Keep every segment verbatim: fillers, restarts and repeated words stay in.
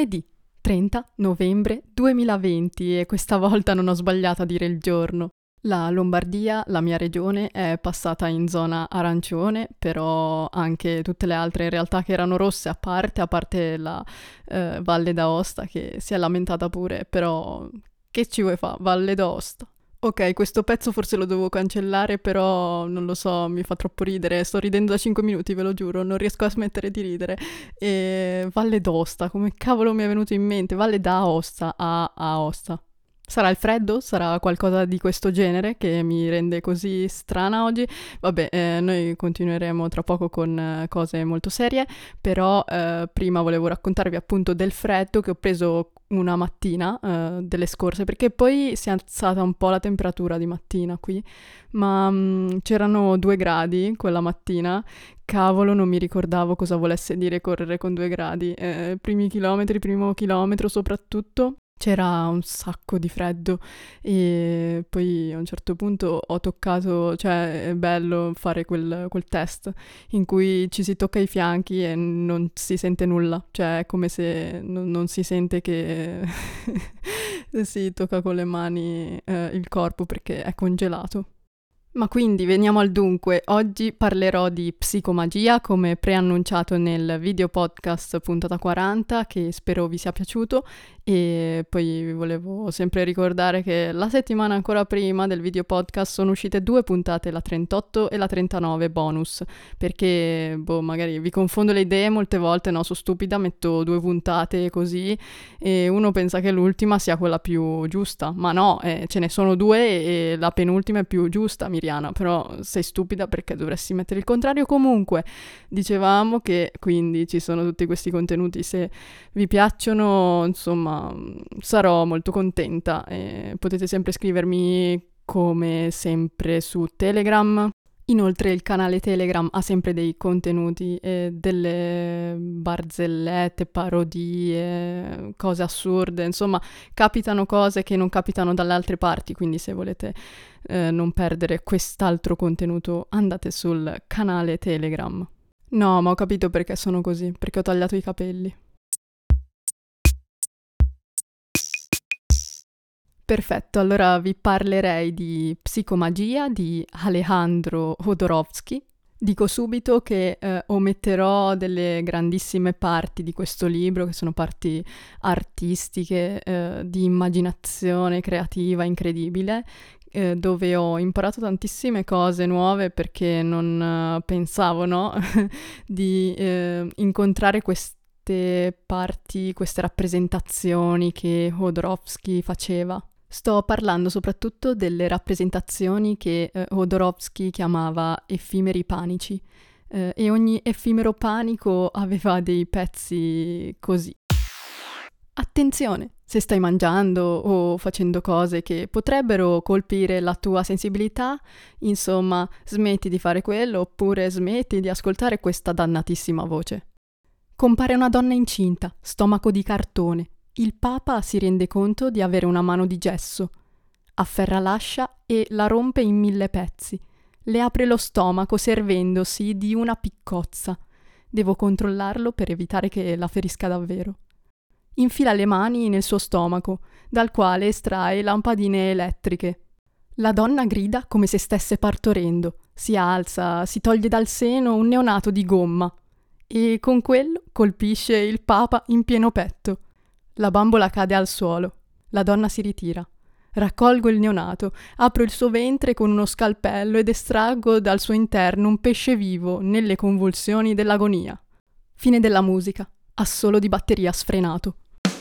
lunedì trenta novembre duemilaventi e questa volta non ho sbagliato a dire il giorno. La Lombardia, la mia regione, è passata in zona arancione, però anche tutte le altre in realtà che erano rosse, a parte, a parte la eh, Valle d'Aosta che si è lamentata pure, però che ci vuoi fare, Valle d'Aosta? Ok, questo pezzo forse lo devo cancellare, però non lo so, mi fa troppo ridere, sto ridendo da cinque minuti, ve lo giuro, non riesco a smettere di ridere. E Valle d'Aosta, come cavolo mi è venuto in mente? Valle d'Aosta, a Aosta. Sarà il freddo? Sarà qualcosa di questo genere che mi rende così strana oggi? Vabbè, eh, noi continueremo tra poco con eh, cose molto serie, però eh, prima volevo raccontarvi appunto del freddo che ho preso una mattina eh, delle scorse, perché poi si è alzata un po' la temperatura di mattina qui, ma mh, c'erano due gradi quella mattina. Cavolo, non mi ricordavo cosa volesse dire correre con due gradi. Eh, primi chilometri, primo chilometro soprattutto. C'era un sacco di freddo e poi a un certo punto ho toccato, cioè è bello fare quel, quel test in cui ci si tocca i fianchi e non si sente nulla, cioè è come se non, non si sente che si tocca con le mani eh, il corpo perché è congelato. Ma quindi veniamo al dunque, oggi parlerò di psicomagia come preannunciato nel video podcast puntata quaranta che spero vi sia piaciuto e poi vi volevo sempre ricordare che la settimana ancora prima del video podcast sono uscite due puntate, la trentotto e la trentanove bonus, perché boh magari vi confondo le idee molte volte, no, sono stupida, metto due puntate così e uno pensa che l'ultima sia quella più giusta, ma no, eh, ce ne sono due e la penultima è più giusta, Miriana, però sei stupida perché dovresti mettere il contrario. Comunque, dicevamo che quindi ci sono tutti questi contenuti, se vi piacciono, insomma, sarò molto contenta e potete sempre scrivermi come sempre su Telegram. Inoltre il canale Telegram ha sempre dei contenuti, eh, delle barzellette, parodie, cose assurde, insomma capitano cose che non capitano dalle altre parti, quindi se volete eh, non perdere quest'altro contenuto andate sul canale Telegram. No, ma ho capito perché sono così, perché ho tagliato i capelli. Perfetto, allora vi parlerei di psicomagia di Alejandro Jodorowsky. Dico subito che eh, ometterò delle grandissime parti di questo libro, che sono parti artistiche, eh, di immaginazione creativa incredibile, eh, dove ho imparato tantissime cose nuove perché non eh, pensavo, no? di eh, incontrare queste parti, queste rappresentazioni che Jodorowsky faceva. Sto parlando soprattutto delle rappresentazioni che eh, Jodorowsky chiamava effimeri panici eh, e ogni effimero panico aveva dei pezzi così. Attenzione, se stai mangiando o facendo cose che potrebbero colpire la tua sensibilità, insomma, smetti di fare quello oppure smetti di ascoltare questa dannatissima voce. Compare una donna incinta, stomaco di cartone. Il Papa si rende conto di avere una mano di gesso. Afferra l'ascia e la rompe in mille pezzi. Le apre lo stomaco servendosi di una piccozza. Devo controllarlo per evitare che la ferisca davvero. Infila le mani nel suo stomaco, dal quale estrae lampadine elettriche. La donna grida come se stesse partorendo. Si alza, si toglie dal seno un neonato di gomma. E con quello colpisce il Papa in pieno petto. La bambola cade al suolo. La donna si ritira. Raccolgo il neonato, apro il suo ventre con uno scalpello ed estraggo dal suo interno un pesce vivo nelle convulsioni dell'agonia. Fine della musica. Assolo di batteria sfrenato.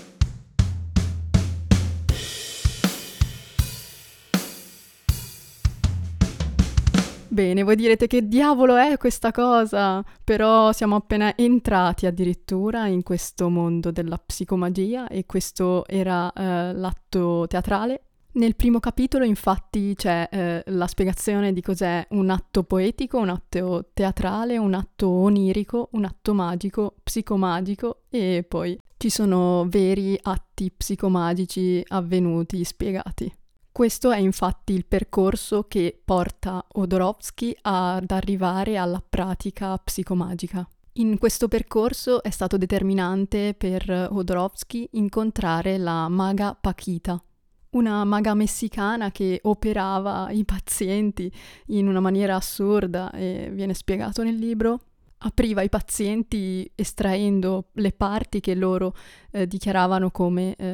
Bene, voi direte che diavolo è questa cosa? Però siamo appena entrati addirittura in questo mondo della psicomagia e questo era eh, l'atto teatrale. Nel primo capitolo infatti c'è eh, la spiegazione di cos'è un atto poetico, un atto teatrale, un atto onirico, un atto magico, psicomagico e poi ci sono veri atti psicomagici avvenuti, spiegati. Questo è infatti il percorso che porta Jodorowsky ad arrivare alla pratica psicomagica. In questo percorso è stato determinante per Jodorowsky incontrare la maga Paquita, una maga messicana che operava i pazienti in una maniera assurda e viene spiegato nel libro. Apriva i pazienti estraendo le parti che loro eh, dichiaravano come eh,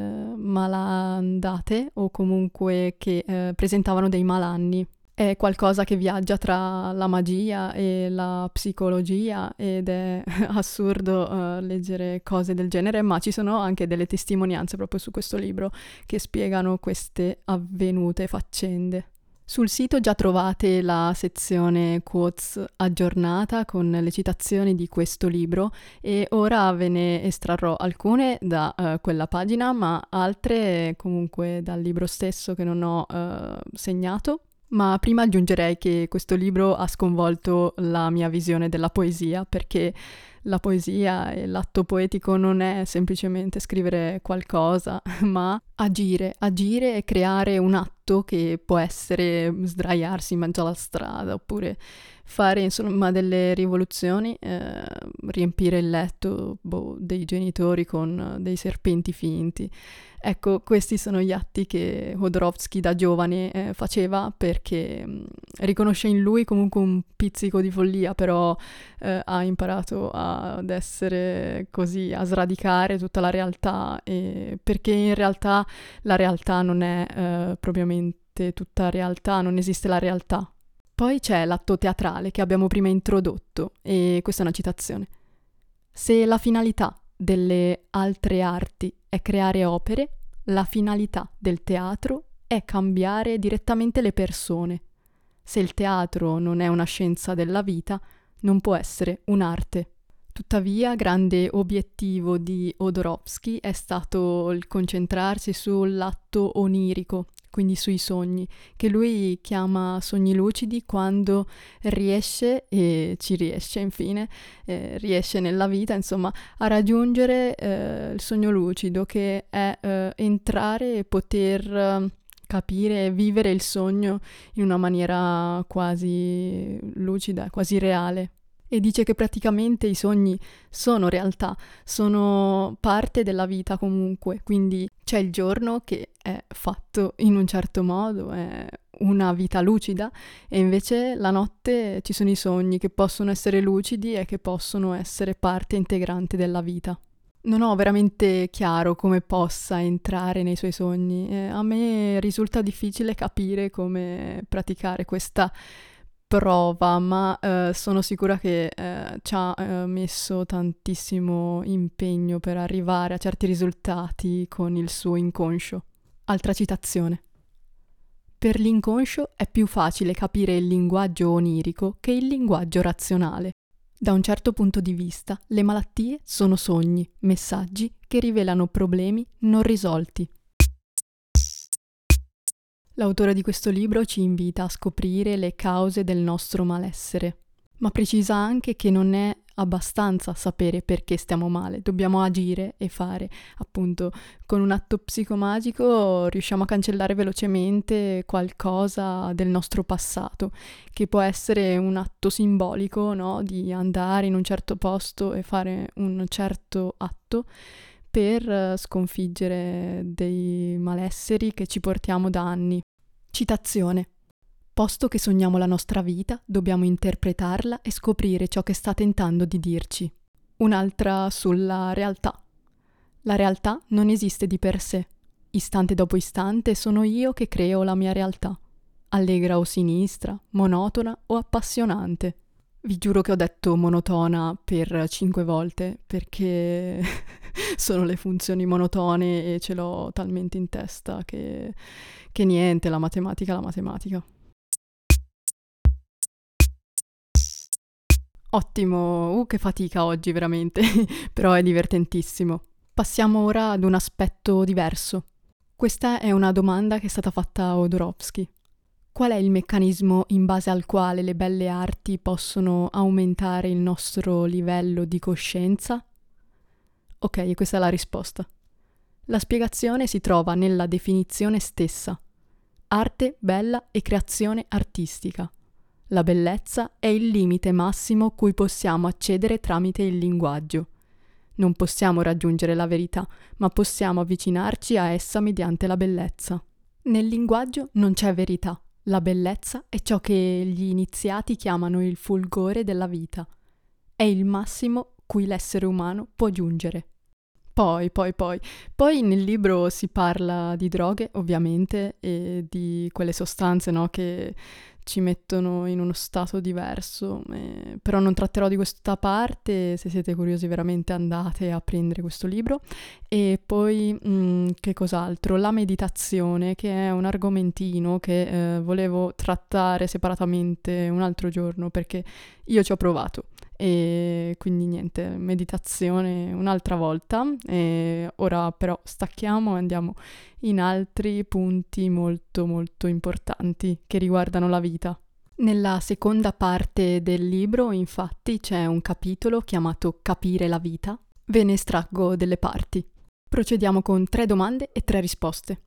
malandate o comunque che eh, presentavano dei malanni. È qualcosa che viaggia tra la magia e la psicologia ed è assurdo uh, leggere cose del genere, ma ci sono anche delle testimonianze proprio su questo libro che spiegano queste avvenute faccende. Sul sito già trovate la sezione quotes aggiornata con le citazioni di questo libro e ora ve ne estrarrò alcune da uh, quella pagina, ma altre comunque dal libro stesso che non ho uh, segnato. Ma prima aggiungerei che questo libro ha sconvolto la mia visione della poesia, perché la poesia e l'atto poetico non è semplicemente scrivere qualcosa, ma agire, agire e creare un atto che può essere sdraiarsi in mezzo alla strada, oppure fare insomma delle rivoluzioni, eh, riempire il letto boh, dei genitori con dei serpenti finti. Ecco, questi sono gli atti che Jodorowsky da giovane eh, faceva perché mh, riconosce in lui comunque un pizzico di follia, però eh, ha imparato ad essere così, a sradicare tutta la realtà, e perché in realtà la realtà non è eh, propriamente tutta realtà, non esiste la realtà. Poi c'è l'atto teatrale che abbiamo prima introdotto, e questa è una citazione. Se la finalità delle altre arti è creare opere, la finalità del teatro è cambiare direttamente le persone. Se il teatro non è una scienza della vita, non può essere un'arte. Tuttavia, grande obiettivo di Jodorowsky è stato il concentrarsi sull'atto onirico, quindi sui sogni, che lui chiama sogni lucidi quando riesce, e ci riesce infine, eh, riesce nella vita, insomma, a raggiungere eh, il sogno lucido, che è eh, entrare e poter eh, capire e vivere il sogno in una maniera quasi lucida, quasi reale. E dice che praticamente i sogni sono realtà, sono parte della vita comunque, quindi c'è il giorno che è fatto in un certo modo, è una vita lucida, e invece la notte ci sono i sogni che possono essere lucidi e che possono essere parte integrante della vita. Non ho veramente chiaro come possa entrare nei suoi sogni, e a me risulta difficile capire come praticare questa prova, ma eh, sono sicura che eh, ci ha eh, messo tantissimo impegno per arrivare a certi risultati con il suo inconscio. Altra citazione. Per l'inconscio è più facile capire il linguaggio onirico che il linguaggio razionale. Da un certo punto di vista, le malattie sono sogni, messaggi che rivelano problemi non risolti. L'autore di questo libro ci invita a scoprire le cause del nostro malessere, ma precisa anche che non è abbastanza sapere perché stiamo male, dobbiamo agire e fare. Appunto, con un atto psicomagico riusciamo a cancellare velocemente qualcosa del nostro passato, che può essere un atto simbolico, no? Di andare in un certo posto e fare un certo atto per sconfiggere dei malesseri che ci portiamo da anni. Citazione. Posto che sogniamo la nostra vita, dobbiamo interpretarla e scoprire ciò che sta tentando di dirci. Un'altra sulla realtà. La realtà non esiste di per sé. Istante dopo istante sono io che creo la mia realtà. Allegra o sinistra, monotona o appassionante. Vi giuro che ho detto monotona per cinque volte, perché sono le funzioni monotone e ce l'ho talmente in testa che, che niente, la matematica è la matematica. Ottimo, uh, che fatica oggi veramente, però è divertentissimo. Passiamo ora ad un aspetto diverso. Questa è una domanda che è stata fatta a Jodorowsky. Qual è il meccanismo in base al quale le belle arti possono aumentare il nostro livello di coscienza? Ok, questa è la risposta. La spiegazione si trova nella definizione stessa. Arte bella e creazione artistica. La bellezza è il limite massimo cui possiamo accedere tramite il linguaggio. Non possiamo raggiungere la verità, ma possiamo avvicinarci a essa mediante la bellezza. Nel linguaggio non c'è verità. La bellezza è ciò che gli iniziati chiamano il fulgore della vita. È il massimo cui l'essere umano può giungere. Poi, poi, poi, poi nel libro si parla di droghe, ovviamente, e di quelle sostanze, no, che ci mettono in uno stato diverso, eh, però non tratterò di questa parte. Se siete curiosi veramente andate a prendere questo libro. E poi, mh, che cos'altro? La meditazione, che è un argomentino che eh, volevo trattare separatamente un altro giorno, perché io ci ho provato. E quindi niente, meditazione un'altra volta. E ora però stacchiamo e andiamo in altri punti molto molto importanti che riguardano la vita. Nella seconda parte del libro, infatti, c'è un capitolo chiamato Capire la vita. Ve ne estraggo delle parti. Procediamo con tre domande e tre risposte.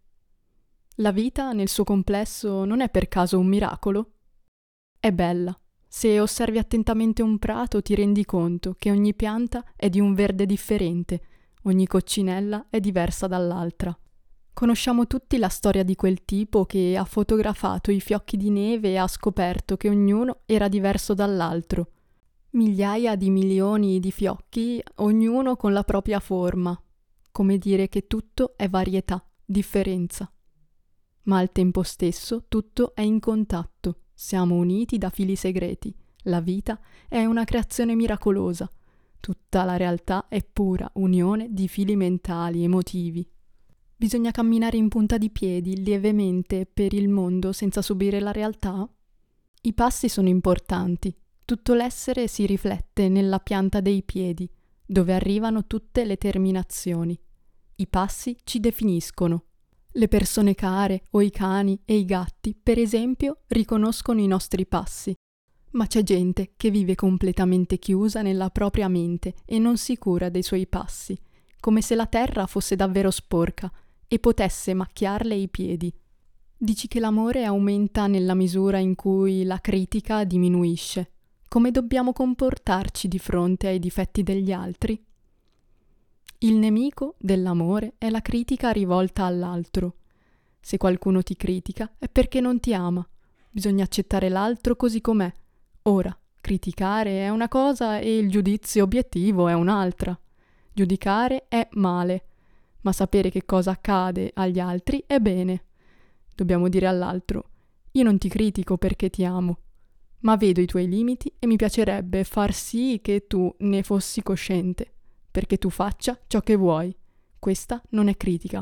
La vita nel suo complesso non è per caso un miracolo? È bella. Se osservi attentamente un prato ti rendi conto che ogni pianta è di un verde differente, ogni coccinella è diversa dall'altra. Conosciamo tutti la storia di quel tipo che ha fotografato i fiocchi di neve e ha scoperto che ognuno era diverso dall'altro. Migliaia di milioni di fiocchi, ognuno con la propria forma. Come dire che tutto è varietà, differenza. Ma al tempo stesso tutto è in contatto. Siamo uniti da fili segreti. La vita è una creazione miracolosa. Tutta la realtà è pura unione di fili mentali, emotivi. Bisogna camminare in punta di piedi, lievemente, per il mondo senza subire la realtà? I passi sono importanti. Tutto l'essere si riflette nella pianta dei piedi, dove arrivano tutte le terminazioni. I passi ci definiscono. Le persone care o i cani e i gatti, per esempio, riconoscono i nostri passi. Ma c'è gente che vive completamente chiusa nella propria mente e non si cura dei suoi passi, come se la terra fosse davvero sporca e potesse macchiarle i piedi. Dici che l'amore aumenta nella misura in cui la critica diminuisce. Come dobbiamo comportarci di fronte ai difetti degli altri? Il nemico dell'amore è la critica rivolta all'altro. Se qualcuno ti critica è perché non ti ama. Bisogna accettare l'altro così com'è. Ora, criticare è una cosa e il giudizio obiettivo è un'altra. Giudicare è male, ma sapere che cosa accade agli altri è bene. Dobbiamo dire all'altro: io non ti critico perché ti amo, ma vedo i tuoi limiti e mi piacerebbe far sì che tu ne fossi cosciente, perché tu faccia ciò che vuoi. Questa non è critica.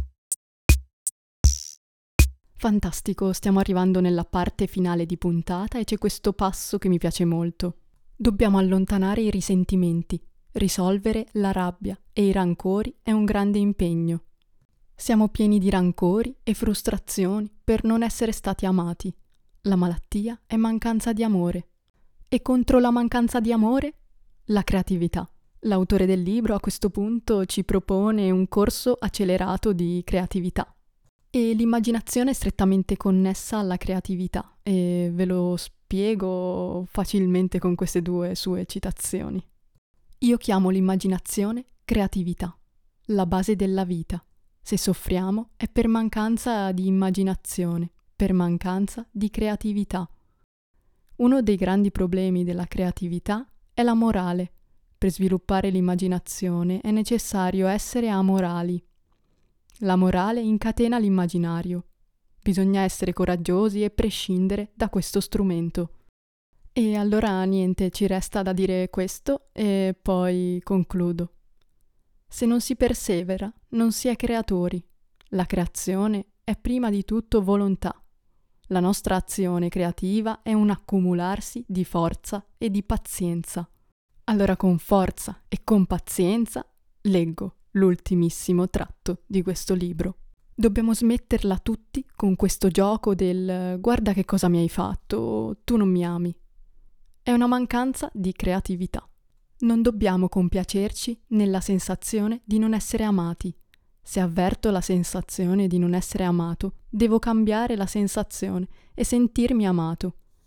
Fantastico, stiamo arrivando nella parte finale di puntata e c'è questo passo che mi piace molto. Dobbiamo allontanare i risentimenti. Risolvere la rabbia e i rancori è un grande impegno. Siamo pieni di rancori e frustrazioni per non essere stati amati. La malattia è mancanza di amore. E contro la mancanza di amore? La creatività. L'autore del libro a questo punto ci propone un corso accelerato di creatività. E l'immaginazione è strettamente connessa alla creatività e ve lo spiego facilmente con queste due sue citazioni. Io chiamo l'immaginazione creatività, la base della vita. Se soffriamo è per mancanza di immaginazione, per mancanza di creatività. Uno dei grandi problemi della creatività è la morale. Per sviluppare l'immaginazione è necessario essere amorali. La morale incatena l'immaginario. Bisogna essere coraggiosi e prescindere da questo strumento. E allora niente, ci resta da dire questo e poi concludo. Se non si persevera, non si è creatori. La creazione è prima di tutto volontà. La nostra azione creativa è un accumularsi di forza e di pazienza. Allora con forza e con pazienza leggo l'ultimissimo tratto di questo libro. Dobbiamo smetterla tutti con questo gioco del guarda che cosa mi hai fatto, tu non mi ami. È una mancanza di creatività. Non dobbiamo compiacerci nella sensazione di non essere amati. Se avverto la sensazione di non essere amato, devo cambiare la sensazione e sentirmi amato.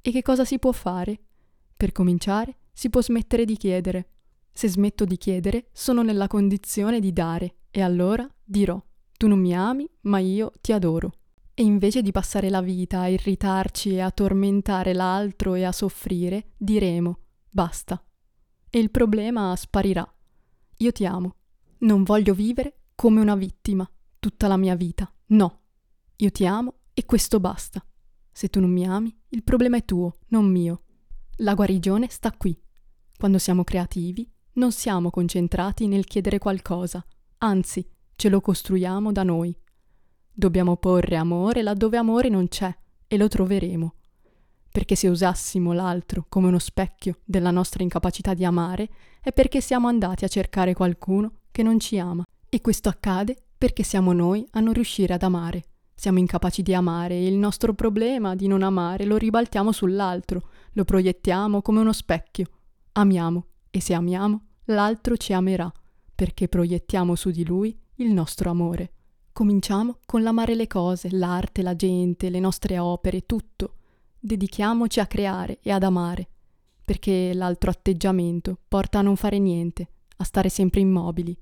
E che cosa si può fare? Per cominciare, si può smettere di chiedere. Se smetto di chiedere, sono nella condizione di dare, e allora dirò: tu non mi ami, ma io ti adoro. E invece di passare la vita a irritarci e a tormentare l'altro e a soffrire, diremo: basta. E il problema sparirà. Io ti amo. Non voglio vivere come una vittima tutta la mia vita. No. Io ti amo e questo basta. Se tu non mi ami, il problema è tuo, non mio. La guarigione sta qui. Quando siamo creativi, non siamo concentrati nel chiedere qualcosa, anzi, ce lo costruiamo da noi. Dobbiamo porre amore laddove amore non c'è, e lo troveremo. Perché se usassimo l'altro come uno specchio della nostra incapacità di amare, è perché siamo andati a cercare qualcuno che non ci ama. E questo accade perché siamo noi a non riuscire ad amare. Siamo incapaci di amare e il nostro problema di non amare lo ribaltiamo sull'altro, lo proiettiamo come uno specchio. Amiamo, e se amiamo, l'altro ci amerà, perché proiettiamo su di lui il nostro amore. Cominciamo con l'amare le cose, l'arte, la gente, le nostre opere, tutto. Dedichiamoci a creare e ad amare, perché l'altro atteggiamento porta a non fare niente, a stare sempre immobili.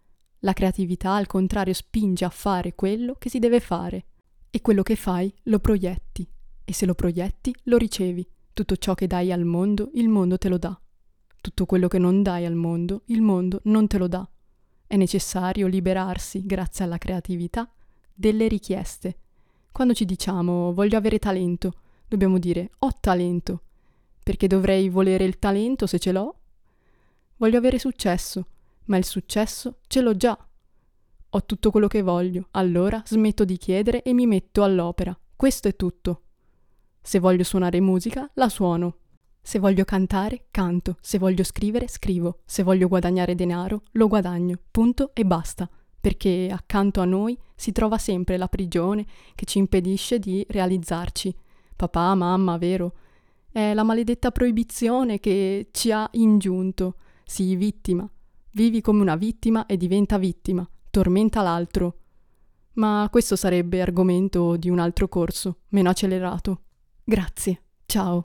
La creatività, al contrario, spinge a fare quello che si deve fare. E quello che fai lo proietti. E se lo proietti, lo ricevi. Tutto ciò che dai al mondo, il mondo te lo dà. Tutto quello che non dai al mondo, il mondo non te lo dà. È necessario liberarsi, grazie alla creatività, delle richieste. Quando ci diciamo voglio avere talento, dobbiamo dire ho talento. Perché dovrei volere il talento se ce l'ho? Voglio avere successo, ma il successo ce l'ho già. Ho tutto quello che voglio, allora smetto di chiedere e mi metto all'opera. Questo è tutto. Se voglio suonare musica, la suono. Se voglio cantare, canto. Se voglio scrivere, scrivo. Se voglio guadagnare denaro, lo guadagno. Punto e basta. Perché accanto a noi si trova sempre la prigione che ci impedisce di realizzarci. Papà, mamma, vero? È la maledetta proibizione che ci ha ingiunto. Sii vittima. Vivi come una vittima e diventa vittima. Tormenta l'altro. Ma questo sarebbe argomento di un altro corso, meno accelerato. Grazie. Ciao.